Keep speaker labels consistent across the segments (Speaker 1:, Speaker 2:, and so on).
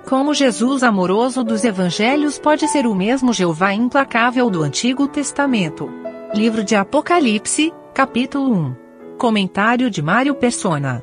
Speaker 1: Como Jesus amoroso dos Evangelhos pode ser o mesmo Jeová implacável do Antigo Testamento? Livro de Apocalipse, capítulo 1. Comentário de Mário Persona.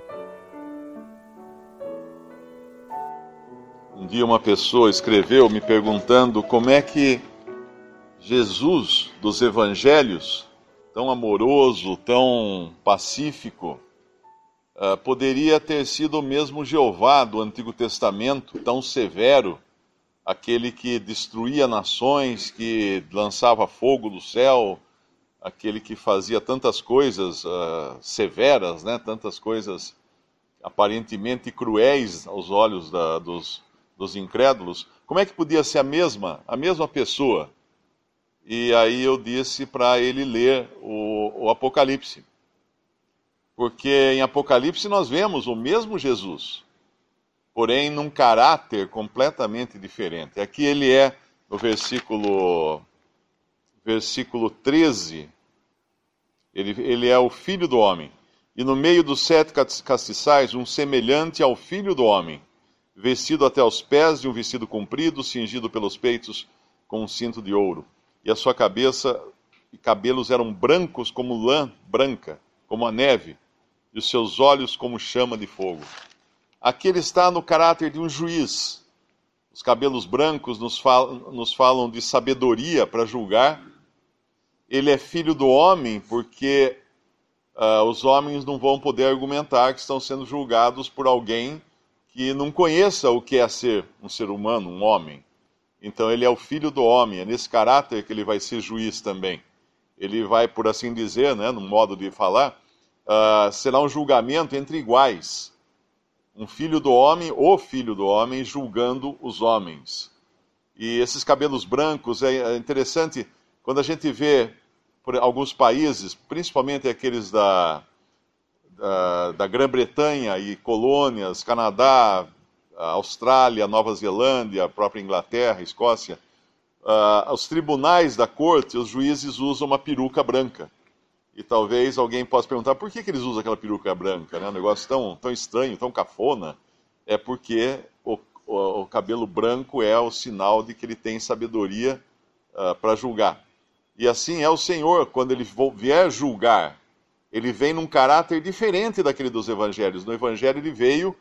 Speaker 2: Um dia uma pessoa escreveu me perguntando como é que Jesus dos Evangelhos, tão amoroso, tão pacífico, poderia ter sido o mesmo Jeová do Antigo Testamento, tão severo, aquele que destruía nações, que lançava fogo do céu, aquele que fazia tantas coisas severas, né? Tantas coisas aparentemente cruéis aos olhos dos incrédulos. Como é que podia ser a mesma pessoa? E aí eu disse para ele ler o Apocalipse. Porque em Apocalipse nós vemos o mesmo Jesus, porém num caráter completamente diferente. Aqui ele é, no versículo 13, ele é o Filho do Homem. E no meio dos 7 castiçais, um semelhante ao Filho do Homem, vestido até os pés de um vestido comprido, cingido pelos peitos com um cinto de ouro. E a sua cabeça e cabelos eram brancos como lã branca, como a neve, e os seus olhos como chama de fogo. Aqui ele está no caráter de um juiz. Os cabelos brancos nos falam de sabedoria para julgar. Ele é filho do homem porque os homens não vão poder argumentar que estão sendo julgados por alguém que não conheça o que é ser um ser humano, um homem. Então ele é o filho do homem, é nesse caráter que ele vai ser juiz também. Ele vai, por assim dizer, né, no modo de falar, será um julgamento entre iguais. Um filho do homem, o filho do homem, julgando os homens. E esses cabelos brancos, é interessante, quando a gente vê por alguns países, principalmente aqueles da Grã-Bretanha e colônias, Canadá, Austrália, Nova Zelândia, a própria Inglaterra, Escócia, os tribunais da corte, os juízes usam uma peruca branca. E talvez alguém possa perguntar por que eles usam aquela peruca branca, né? Um negócio tão estranho, tão cafona. É porque o cabelo branco é o sinal de que ele tem sabedoria para julgar. E assim é o Senhor, quando ele vier julgar, ele vem num caráter diferente daquele dos evangelhos. No evangelho ele veio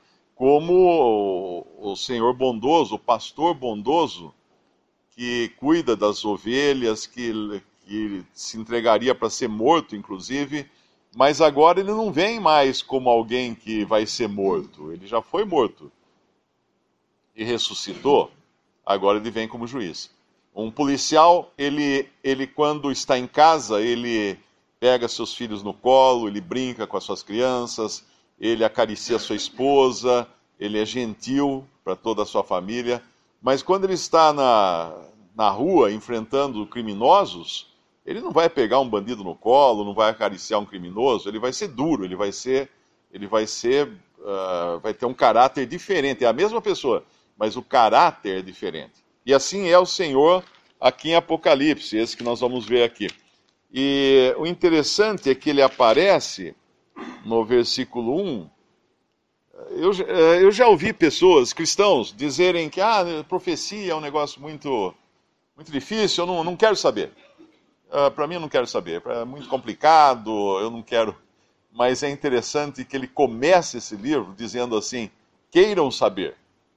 Speaker 2: como o Senhor bondoso, o pastor bondoso, que cuida das ovelhas, que se entregaria para ser morto, inclusive, mas agora ele não vem mais como alguém que vai ser morto. Ele já foi morto e ressuscitou, agora ele vem como juiz. Um policial, ele quando está em casa, ele pega seus filhos no colo, ele brinca com as suas crianças, ele acaricia sua esposa, ele é gentil para toda a sua família, mas quando ele está na rua enfrentando criminosos, ele não vai pegar um bandido no colo, não vai acariciar um criminoso, ele vai ser duro, ele vai ter um caráter diferente. É a mesma pessoa, mas o caráter é diferente. E assim é o Senhor aqui em Apocalipse, esse que nós vamos ver aqui. E o interessante é que ele aparece no versículo 1. Eu já ouvi pessoas, cristãos, dizerem que profecia é um negócio muito, muito difícil, eu não quero saber. Para mim eu não quero saber, é muito complicado, eu não quero. Mas é interessante que ele comece esse livro dizendo assim, queiram saber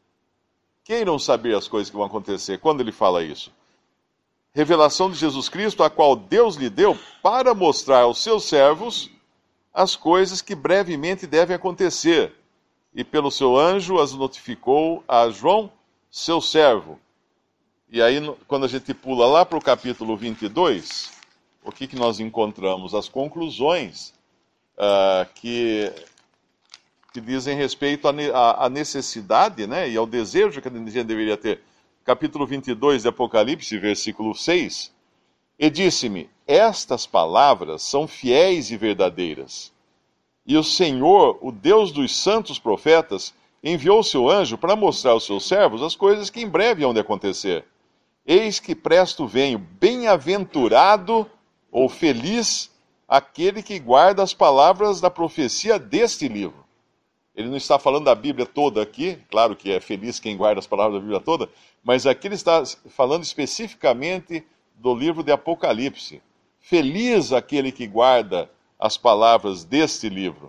Speaker 2: as coisas que vão acontecer. Quando ele fala isso? Revelação de Jesus Cristo, a qual Deus lhe deu para mostrar aos seus servos as coisas que brevemente devem acontecer. E pelo seu anjo as notificou a João, seu servo. E aí, quando a gente pula lá para o capítulo 22, o que nós encontramos? As conclusões que dizem respeito à necessidade, né, e ao desejo que a gente deveria ter. Capítulo 22 de Apocalipse, versículo 6. E disse-me, estas palavras são fiéis e verdadeiras. E o Senhor, o Deus dos santos profetas, enviou seu anjo para mostrar aos seus servos as coisas que em breve hão de acontecer. Eis que presto venho, bem-aventurado ou feliz aquele que guarda as palavras da profecia deste livro. Ele não está falando da Bíblia toda aqui, claro que é feliz quem guarda as palavras da Bíblia toda, mas aqui ele está falando especificamente do livro de Apocalipse. Feliz aquele que guarda as palavras deste livro.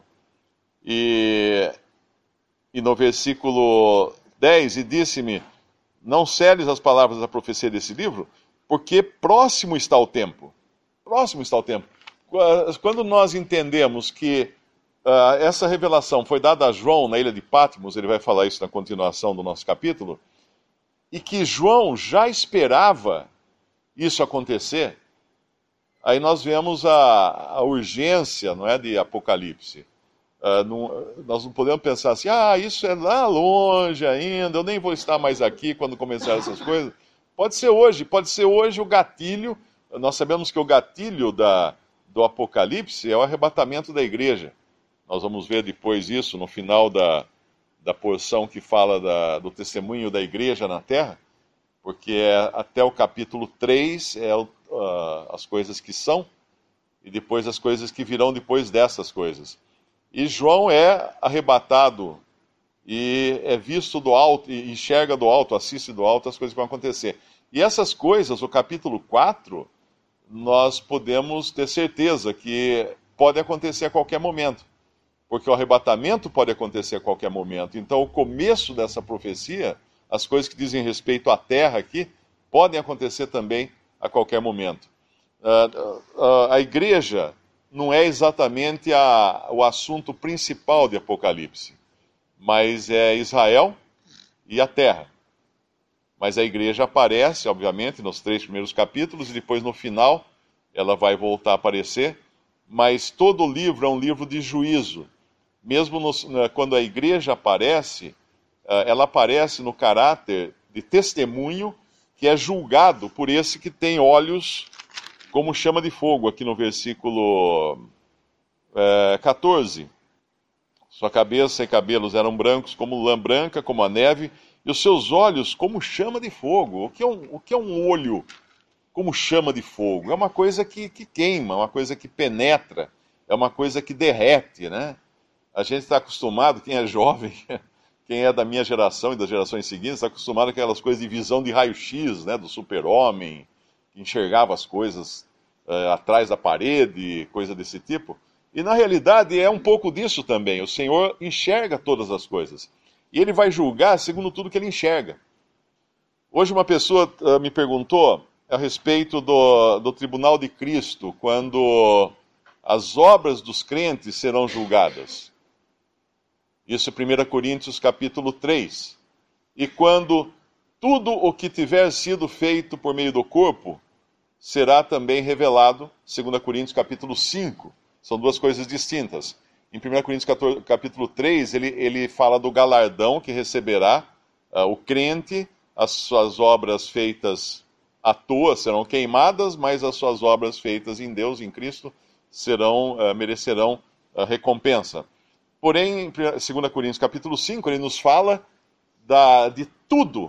Speaker 2: E no versículo 10, e disse-me, não seles as palavras da profecia desse livro, porque próximo está o tempo. Próximo está o tempo. Quando nós entendemos que essa revelação foi dada a João na ilha de Patmos, ele vai falar isso na continuação do nosso capítulo, e que João já esperava isso acontecer, aí nós vemos a urgência, não é, de Apocalipse. Nós não podemos pensar assim, isso é lá longe ainda, eu nem vou estar mais aqui quando começar essas coisas. Pode ser hoje o gatilho. Nós sabemos que o gatilho do Apocalipse é o arrebatamento da igreja. Nós vamos ver depois isso no final da porção que fala do testemunho da igreja na terra, porque até o capítulo 3 as coisas que são, e depois as coisas que virão depois dessas coisas. E João é arrebatado e é visto do alto, e enxerga do alto, assiste do alto as coisas que vão acontecer. E essas coisas, o capítulo 4, nós podemos ter certeza que pode acontecer a qualquer momento, porque o arrebatamento pode acontecer a qualquer momento. Então, o começo dessa profecia, as coisas que dizem respeito à terra aqui, podem acontecer também a qualquer momento. A igreja não é exatamente o assunto principal de Apocalipse, mas é Israel e a terra. Mas a igreja aparece, obviamente, nos 3 primeiros capítulos, e depois no final ela vai voltar a aparecer, mas todo o livro é um livro de juízo. Mesmo quando a igreja aparece, ela aparece no caráter de testemunho que é julgado por esse que tem olhos como chama de fogo, aqui no versículo 14. Sua cabeça e cabelos eram brancos como lã branca, como a neve, e os seus olhos como chama de fogo. O que é um olho como chama de fogo? É uma coisa que queima, uma coisa que penetra, é uma coisa que derrete, né? A gente está acostumado, quem é jovem, quem é da minha geração e das gerações seguintes, está acostumado com aquelas coisas de visão de raio-x, né, do super-homem, que enxergava as coisas atrás da parede, coisa desse tipo. E na realidade é um pouco disso também. O Senhor enxerga todas as coisas. E Ele vai julgar segundo tudo que Ele enxerga. Hoje uma pessoa me perguntou a respeito do tribunal de Cristo, quando as obras dos crentes serão julgadas. Isso é 1 Coríntios capítulo 3. E quando tudo o que tiver sido feito por meio do corpo será também revelado, 2 Coríntios capítulo 5. São duas coisas distintas. Em 1 Coríntios capítulo 3, ele fala do galardão que receberá o crente, as suas obras feitas à toa serão queimadas, mas as suas obras feitas em Deus, em Cristo, merecerão recompensa. Porém, em 2 Coríntios capítulo 5, ele nos fala de tudo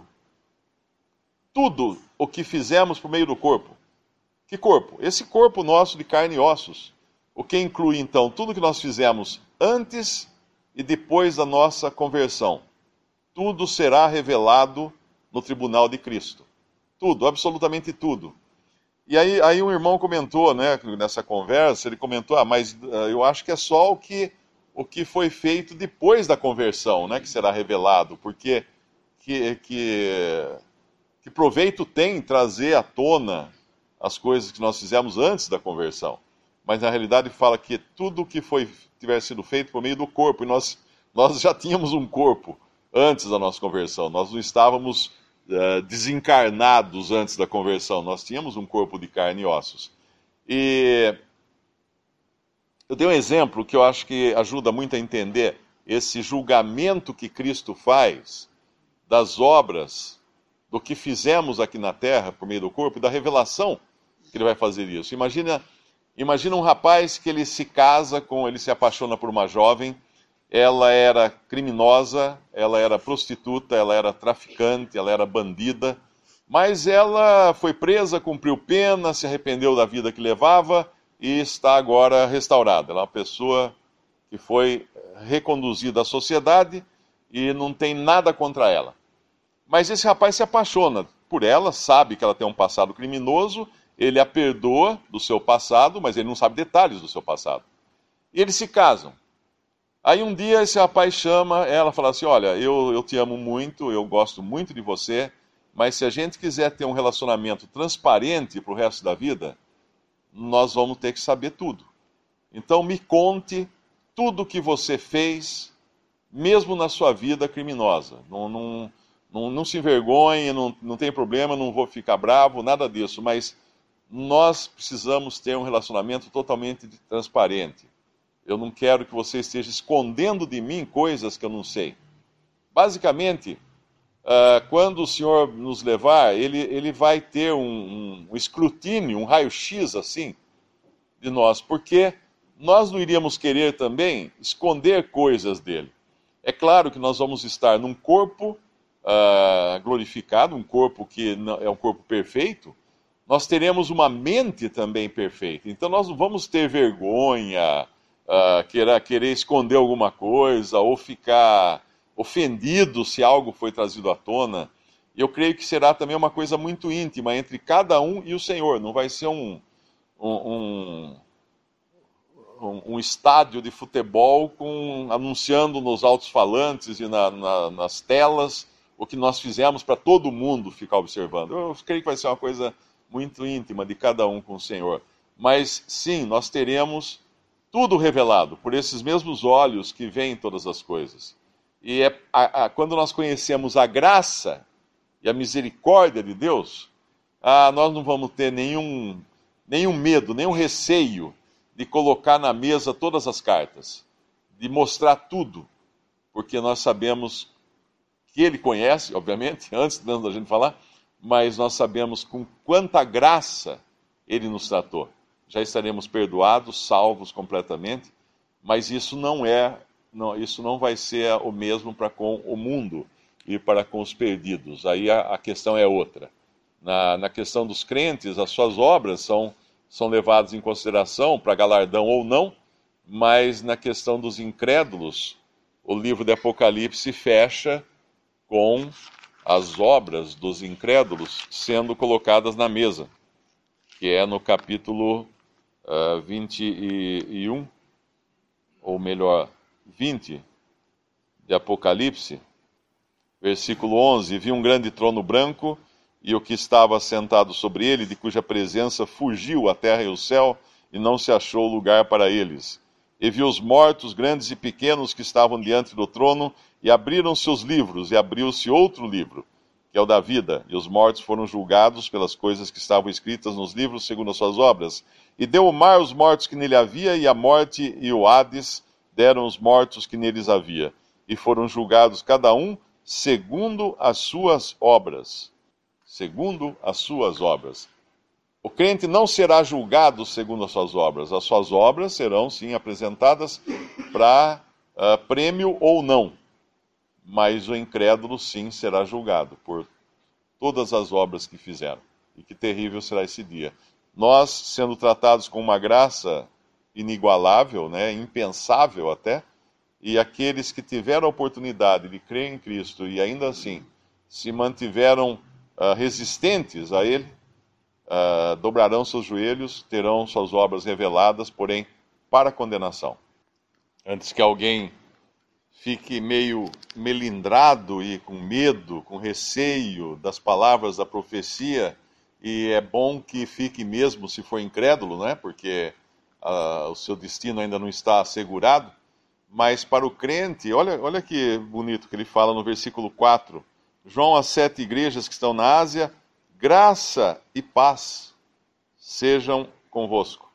Speaker 2: o que fizemos por meio do corpo. Que corpo? Esse corpo nosso de carne e ossos. O que inclui, então, tudo que nós fizemos antes e depois da nossa conversão. Tudo será revelado no tribunal de Cristo. Tudo, absolutamente tudo. E aí um irmão comentou, né, nessa conversa, ele comentou, mas eu acho que é só o que foi feito depois da conversão, né, que será revelado, porque que proveito tem trazer à tona as coisas que nós fizemos antes da conversão. Mas na realidade fala que tudo que tiver sido feito por meio do corpo, e nós já tínhamos um corpo antes da nossa conversão, nós não estávamos desencarnados antes da conversão, nós tínhamos um corpo de carne e ossos. E eu dei um exemplo que eu acho que ajuda muito a entender esse julgamento que Cristo faz das obras, do que fizemos aqui na terra por meio do corpo, e da revelação que ele vai fazer isso. Imagina um rapaz que ele se apaixona por uma jovem, ela era criminosa, ela era prostituta, ela era traficante, ela era bandida, mas ela foi presa, cumpriu pena, se arrependeu da vida que levava e está agora restaurada. Ela é uma pessoa que foi reconduzida à sociedade e não tem nada contra ela. Mas esse rapaz se apaixona por ela, sabe que ela tem um passado criminoso, ele a perdoa do seu passado, mas ele não sabe detalhes do seu passado. E eles se casam. Aí um dia esse rapaz chama ela e fala assim, olha, eu te amo muito, eu gosto muito de você, mas se a gente quiser ter um relacionamento transparente para o resto da vida, nós vamos ter que saber tudo. Então me conte tudo o que você fez, mesmo na sua vida criminosa. Não se envergonhe, não tem problema, não vou ficar bravo, nada disso, mas nós precisamos ter um relacionamento totalmente transparente. Eu não quero que você esteja escondendo de mim coisas que eu não sei. Basicamente, quando o Senhor nos levar, ele vai ter um escrutínio, um raio-x assim, de nós, porque nós não iríamos querer também esconder coisas dele. É claro que nós vamos estar num corpo glorificado, um corpo que não, é um corpo perfeito, nós teremos uma mente também perfeita. Então nós não vamos ter vergonha, querer esconder alguma coisa, ou ficar ofendido se algo foi trazido à tona. Eu creio que será também uma coisa muito íntima entre cada um e o Senhor. Não vai ser um estádio de futebol anunciando nos alto-falantes e nas telas o que nós fizemos para todo mundo ficar observando. Eu creio que vai ser uma coisa muito íntima de cada um com o Senhor. Mas sim, nós teremos tudo revelado por esses mesmos olhos que veem todas as coisas. E quando nós conhecemos a graça e a misericórdia de Deus, nós não vamos ter nenhum medo, nenhum receio de colocar na mesa todas as cartas, de mostrar tudo, porque nós sabemos que Ele conhece, obviamente, antes da gente falar, mas nós sabemos com quanta graça Ele nos tratou. Já estaremos perdoados, salvos completamente, mas isso não vai ser o mesmo para com o mundo e para com os perdidos. Aí a questão é outra. Na questão dos crentes, as suas obras são levadas em consideração para galardão ou não, mas na questão dos incrédulos, o livro de Apocalipse fecha com as obras dos incrédulos sendo colocadas na mesa, que é no capítulo 21, ou melhor, 20 de Apocalipse, versículo 11, vi um grande trono branco, e o que estava sentado sobre ele, de cuja presença fugiu a terra e o céu, e não se achou lugar para eles. E vi os mortos, grandes e pequenos, que estavam diante do trono, e abriram-se os livros, e abriu-se outro livro, que é o da vida, e os mortos foram julgados pelas coisas que estavam escritas nos livros, segundo as suas obras. E deu o mar os mortos que nele havia, e a morte e o Hades deram os mortos que neles havia, e foram julgados cada um segundo as suas obras. Segundo as suas obras. O crente não será julgado segundo as suas obras serão sim apresentadas para prêmio ou não, mas o incrédulo sim será julgado por todas as obras que fizeram. E que terrível será esse dia. Nós, sendo tratados com uma graça inigualável, né, impensável até, e aqueles que tiveram a oportunidade de crer em Cristo e ainda assim se mantiveram resistentes a Ele, dobrarão seus joelhos, terão suas obras reveladas, porém para condenação. Antes que alguém fique meio melindrado e com medo, com receio das palavras da profecia, e é bom que fique mesmo se for incrédulo, né? Porque o seu destino ainda não está assegurado, mas para o crente, olha que bonito que ele fala no versículo 4, João, às 7 igrejas que estão na Ásia, graça e paz sejam convosco.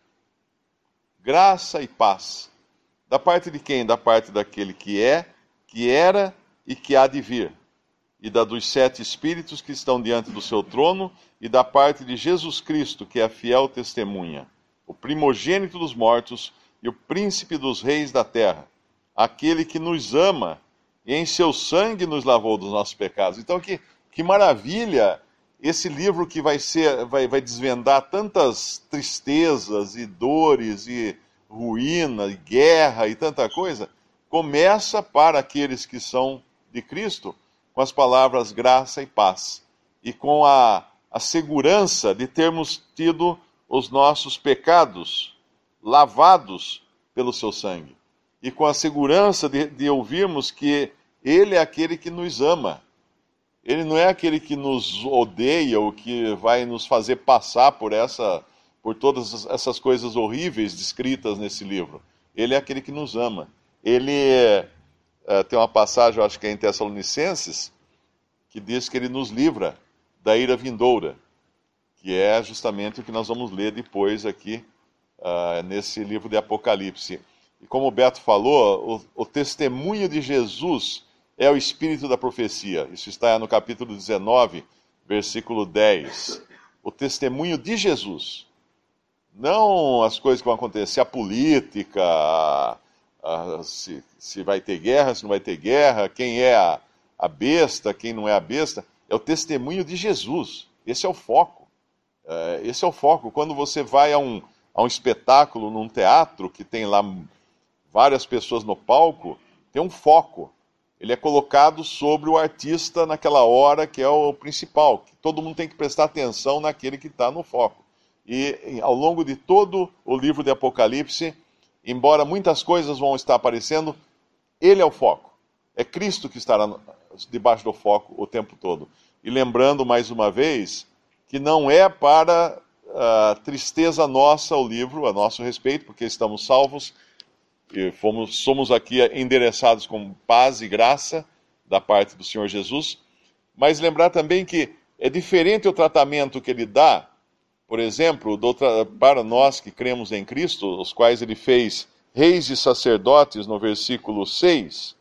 Speaker 2: Graça e paz. Da parte de quem? Da parte daquele que é, que era e que há de vir. E dos 7 espíritos que estão diante do seu trono, e da parte de Jesus Cristo, que é a fiel testemunha, o primogênito dos mortos e o príncipe dos reis da terra, aquele que nos ama e em seu sangue nos lavou dos nossos pecados. Então, que maravilha esse livro que vai desvendar tantas tristezas e dores e ruína, guerra e tanta coisa, começa para aqueles que são de Cristo com as palavras graça e paz, e com a segurança de termos tido os nossos pecados lavados pelo seu sangue, e com a segurança de ouvirmos que Ele é aquele que nos ama. Ele não é aquele que nos odeia ou que vai nos fazer passar por todas essas coisas horríveis descritas nesse livro. Ele é aquele que nos ama. Ele tem uma passagem, eu acho que é em Tessalonicenses, que diz que ele nos livra da ira vindoura, que é justamente o que nós vamos ler depois aqui nesse livro de Apocalipse. E como o Beto falou, o testemunho de Jesus é o espírito da profecia. Isso está no capítulo 19, versículo 10. O testemunho de Jesus. Não as coisas que vão acontecer, a política, se vai ter guerra, se não vai ter guerra, quem é a besta, quem não é a besta. É o testemunho de Jesus. Esse é o foco. Esse é o foco. Quando você vai a um espetáculo num teatro, que tem lá várias pessoas no palco, tem um foco. Ele é colocado sobre o artista naquela hora, que é o principal. Que todo mundo tem que prestar atenção naquele que está no foco. E ao longo de todo o livro de Apocalipse, embora muitas coisas vão estar aparecendo, ele é o foco. É Cristo que estará debaixo do foco o tempo todo. E lembrando mais uma vez que não é para tristeza nossa o livro, a nosso respeito, porque estamos salvos e somos aqui endereçados com paz e graça da parte do Senhor Jesus, mas lembrar também que é diferente o tratamento que ele dá, por exemplo, para nós que cremos em Cristo, os quais ele fez reis e sacerdotes no versículo 6,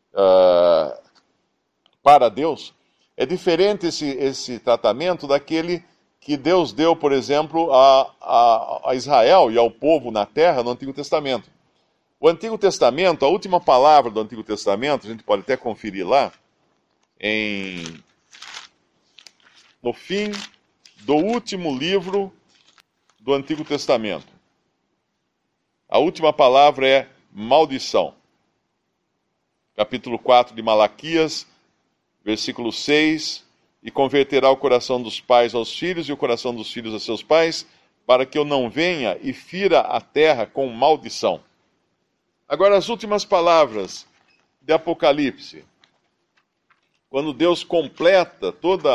Speaker 2: para Deus. É diferente esse tratamento daquele que Deus deu, por exemplo, a Israel e ao povo na terra no Antigo Testamento. O Antigo Testamento, a última palavra do Antigo Testamento, a gente pode até conferir lá, no fim do último livro do Antigo Testamento. A última palavra é maldição. Capítulo 4 de Malaquias, versículo 6, e converterá o coração dos pais aos filhos e o coração dos filhos a seus pais, para que eu não venha e fira a terra com maldição. Agora, as últimas palavras de Apocalipse. Quando Deus completa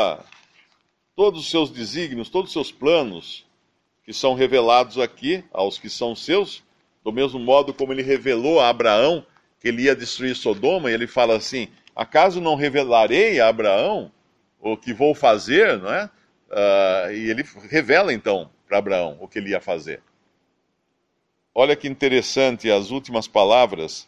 Speaker 2: todos os seus desígnios, todos os seus planos, que são revelados aqui aos que são seus, do mesmo modo como ele revelou a Abraão que ele ia destruir Sodoma, e ele fala assim, acaso não revelarei a Abraão o que vou fazer, não é? E ele revela então para Abraão o que ele ia fazer. Olha que interessante as últimas palavras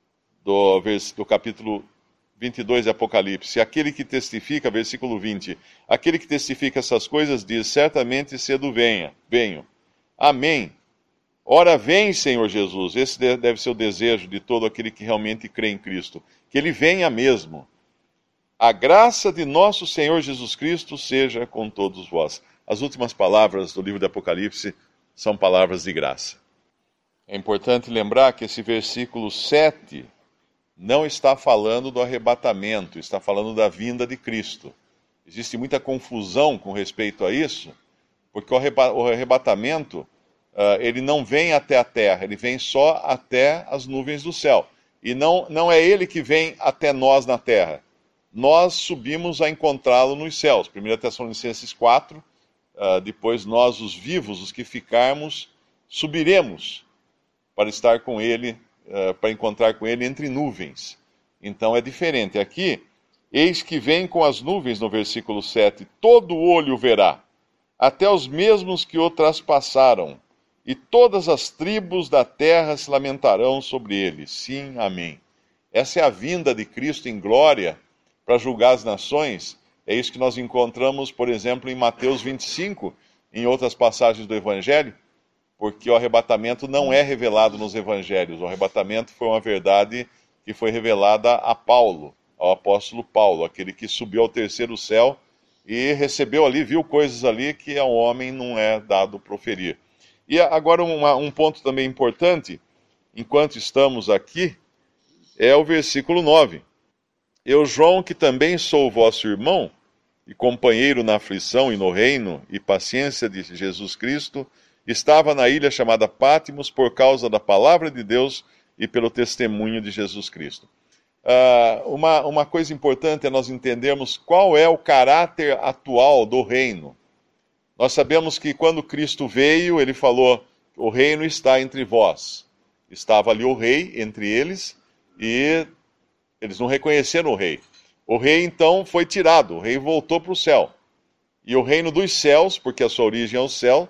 Speaker 2: do capítulo 22 de Apocalipse. Aquele que testifica, versículo 20, aquele que testifica essas coisas diz, certamente cedo venho. Amém. Ora vem, Senhor Jesus. Esse deve ser o desejo de todo aquele que realmente crê em Cristo. Que ele venha mesmo. A graça de nosso Senhor Jesus Cristo seja com todos vós. As últimas palavras do livro de Apocalipse são palavras de graça. É importante lembrar que esse versículo 7 não está falando do arrebatamento, está falando da vinda de Cristo. Existe muita confusão com respeito a isso, porque o arrebatamento, ele não vem até a terra, ele vem só até as nuvens do céu. E não é ele que vem até nós na terra. Nós subimos a encontrá-lo nos céus. 1 Tessalonicenses 4, depois nós, os vivos, os que ficarmos, subiremos para estar com ele, para encontrar com ele entre nuvens. Então é diferente. Aqui, eis que vem com as nuvens, no versículo 7, todo olho verá, até os mesmos que o traspassaram, e todas as tribos da terra se lamentarão sobre ele. Sim, amém. Essa é a vinda de Cristo em glória para julgar as nações. É isso que nós encontramos, por exemplo, em Mateus 25, em outras passagens do Evangelho, porque o arrebatamento não é revelado nos evangelhos. O arrebatamento foi uma verdade que foi revelada a Paulo, ao apóstolo Paulo, aquele que subiu ao terceiro céu e recebeu ali, viu coisas ali que ao homem não é dado proferir. E agora um ponto também importante, enquanto estamos aqui, é o versículo 9. Eu, João, que também sou vosso irmão, e companheiro na aflição e no reino e paciência de Jesus Cristo, estava na ilha chamada Pátimos por causa da palavra de Deus e pelo testemunho de Jesus Cristo. Uma coisa importante é nós entendermos qual é o caráter atual do reino. Nós sabemos que quando Cristo veio, ele falou: o reino está entre vós. Estava ali o rei entre eles e eles não reconheceram o rei. O rei então foi tirado, o rei voltou para o céu. E o reino dos céus, porque a sua origem é o céu,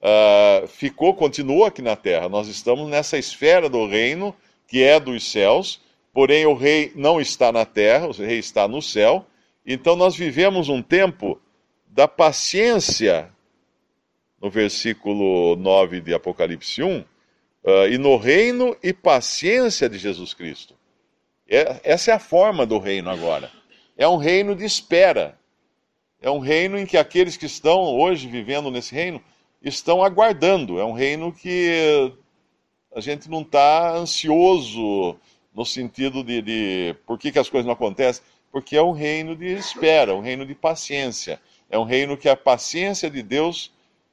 Speaker 2: continua aqui na terra. Nós estamos nessa esfera do reino que é dos céus, porém o rei não está na terra, o rei está no céu. Então nós vivemos um tempo da paciência, no versículo 9 de Apocalipse 1, e no reino e paciência de Jesus Cristo. Essa é a forma do reino agora. É um reino de espera. É um reino em que aqueles que estão hoje vivendo nesse reino estão aguardando. É um reino que a gente não está ansioso no sentido de por que as coisas não acontecem. Porque é um reino de espera, um reino de paciência. É um reino que a paciência de Deus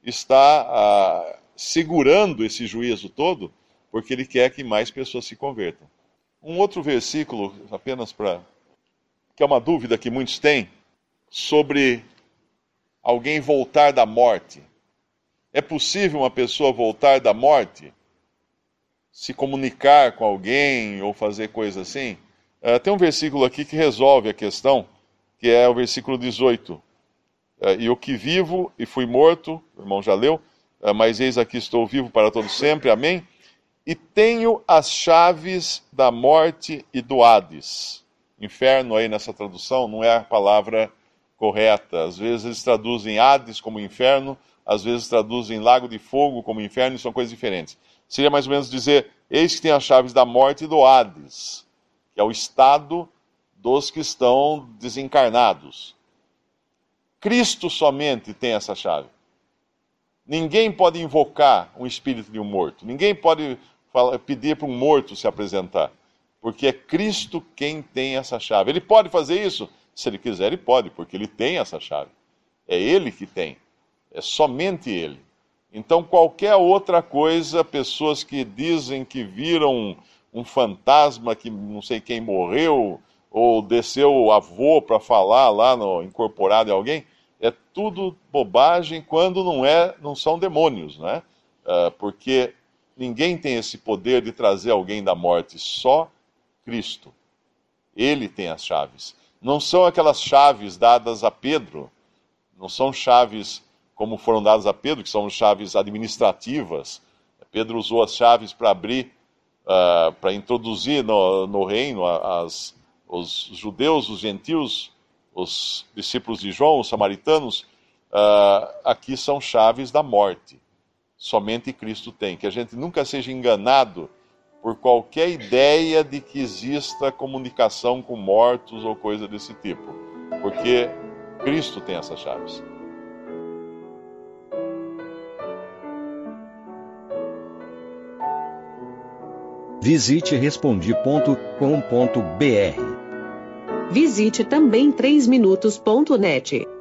Speaker 2: está segurando esse juízo todo, porque Ele quer que mais pessoas se convertam. Um outro versículo, apenas que é uma dúvida que muitos têm, sobre alguém voltar da morte. É possível uma pessoa voltar da morte? Se comunicar com alguém ou fazer coisa assim? Tem um versículo aqui que resolve a questão, que é o versículo 18. E o que vivo e fui morto, o irmão já leu, mas eis aqui estou vivo para todo sempre, amém? E tenho as chaves da morte e do Hades. Inferno aí nessa tradução não é a palavra correta. Às vezes eles traduzem Hades como inferno, às vezes traduzem lago de fogo como inferno, e são coisas diferentes. Seria mais ou menos dizer: eis que tem as chaves da morte e do Hades, que é o estado dos que estão desencarnados. Cristo somente tem essa chave. Ninguém pode invocar um espírito de um morto. Ninguém pode pedir para um morto se apresentar. Porque é Cristo quem tem essa chave. Ele pode fazer isso? Se ele quiser, ele pode, porque ele tem essa chave. É ele que tem. É somente ele. Então, qualquer outra coisa, pessoas que dizem que viram um fantasma, que não sei quem morreu, ou desceu o avô para falar lá incorporado em alguém, é tudo bobagem quando não são demônios, não é? Porque ninguém tem esse poder de trazer alguém da morte, só Cristo. Ele tem as chaves. Não são aquelas chaves dadas a Pedro, não são chaves como foram dadas a Pedro, que são chaves administrativas. Pedro usou as chaves para abrir, para introduzir no reino os judeus, os gentios, os discípulos de João, os samaritanos. Aqui são chaves da morte. Somente Cristo tem. Que a gente nunca seja enganado por qualquer ideia de que exista comunicação com mortos ou coisa desse tipo. Porque Cristo tem essas chaves.
Speaker 3: Visite Respondi.com.br.
Speaker 4: Visite também 3minutos.net.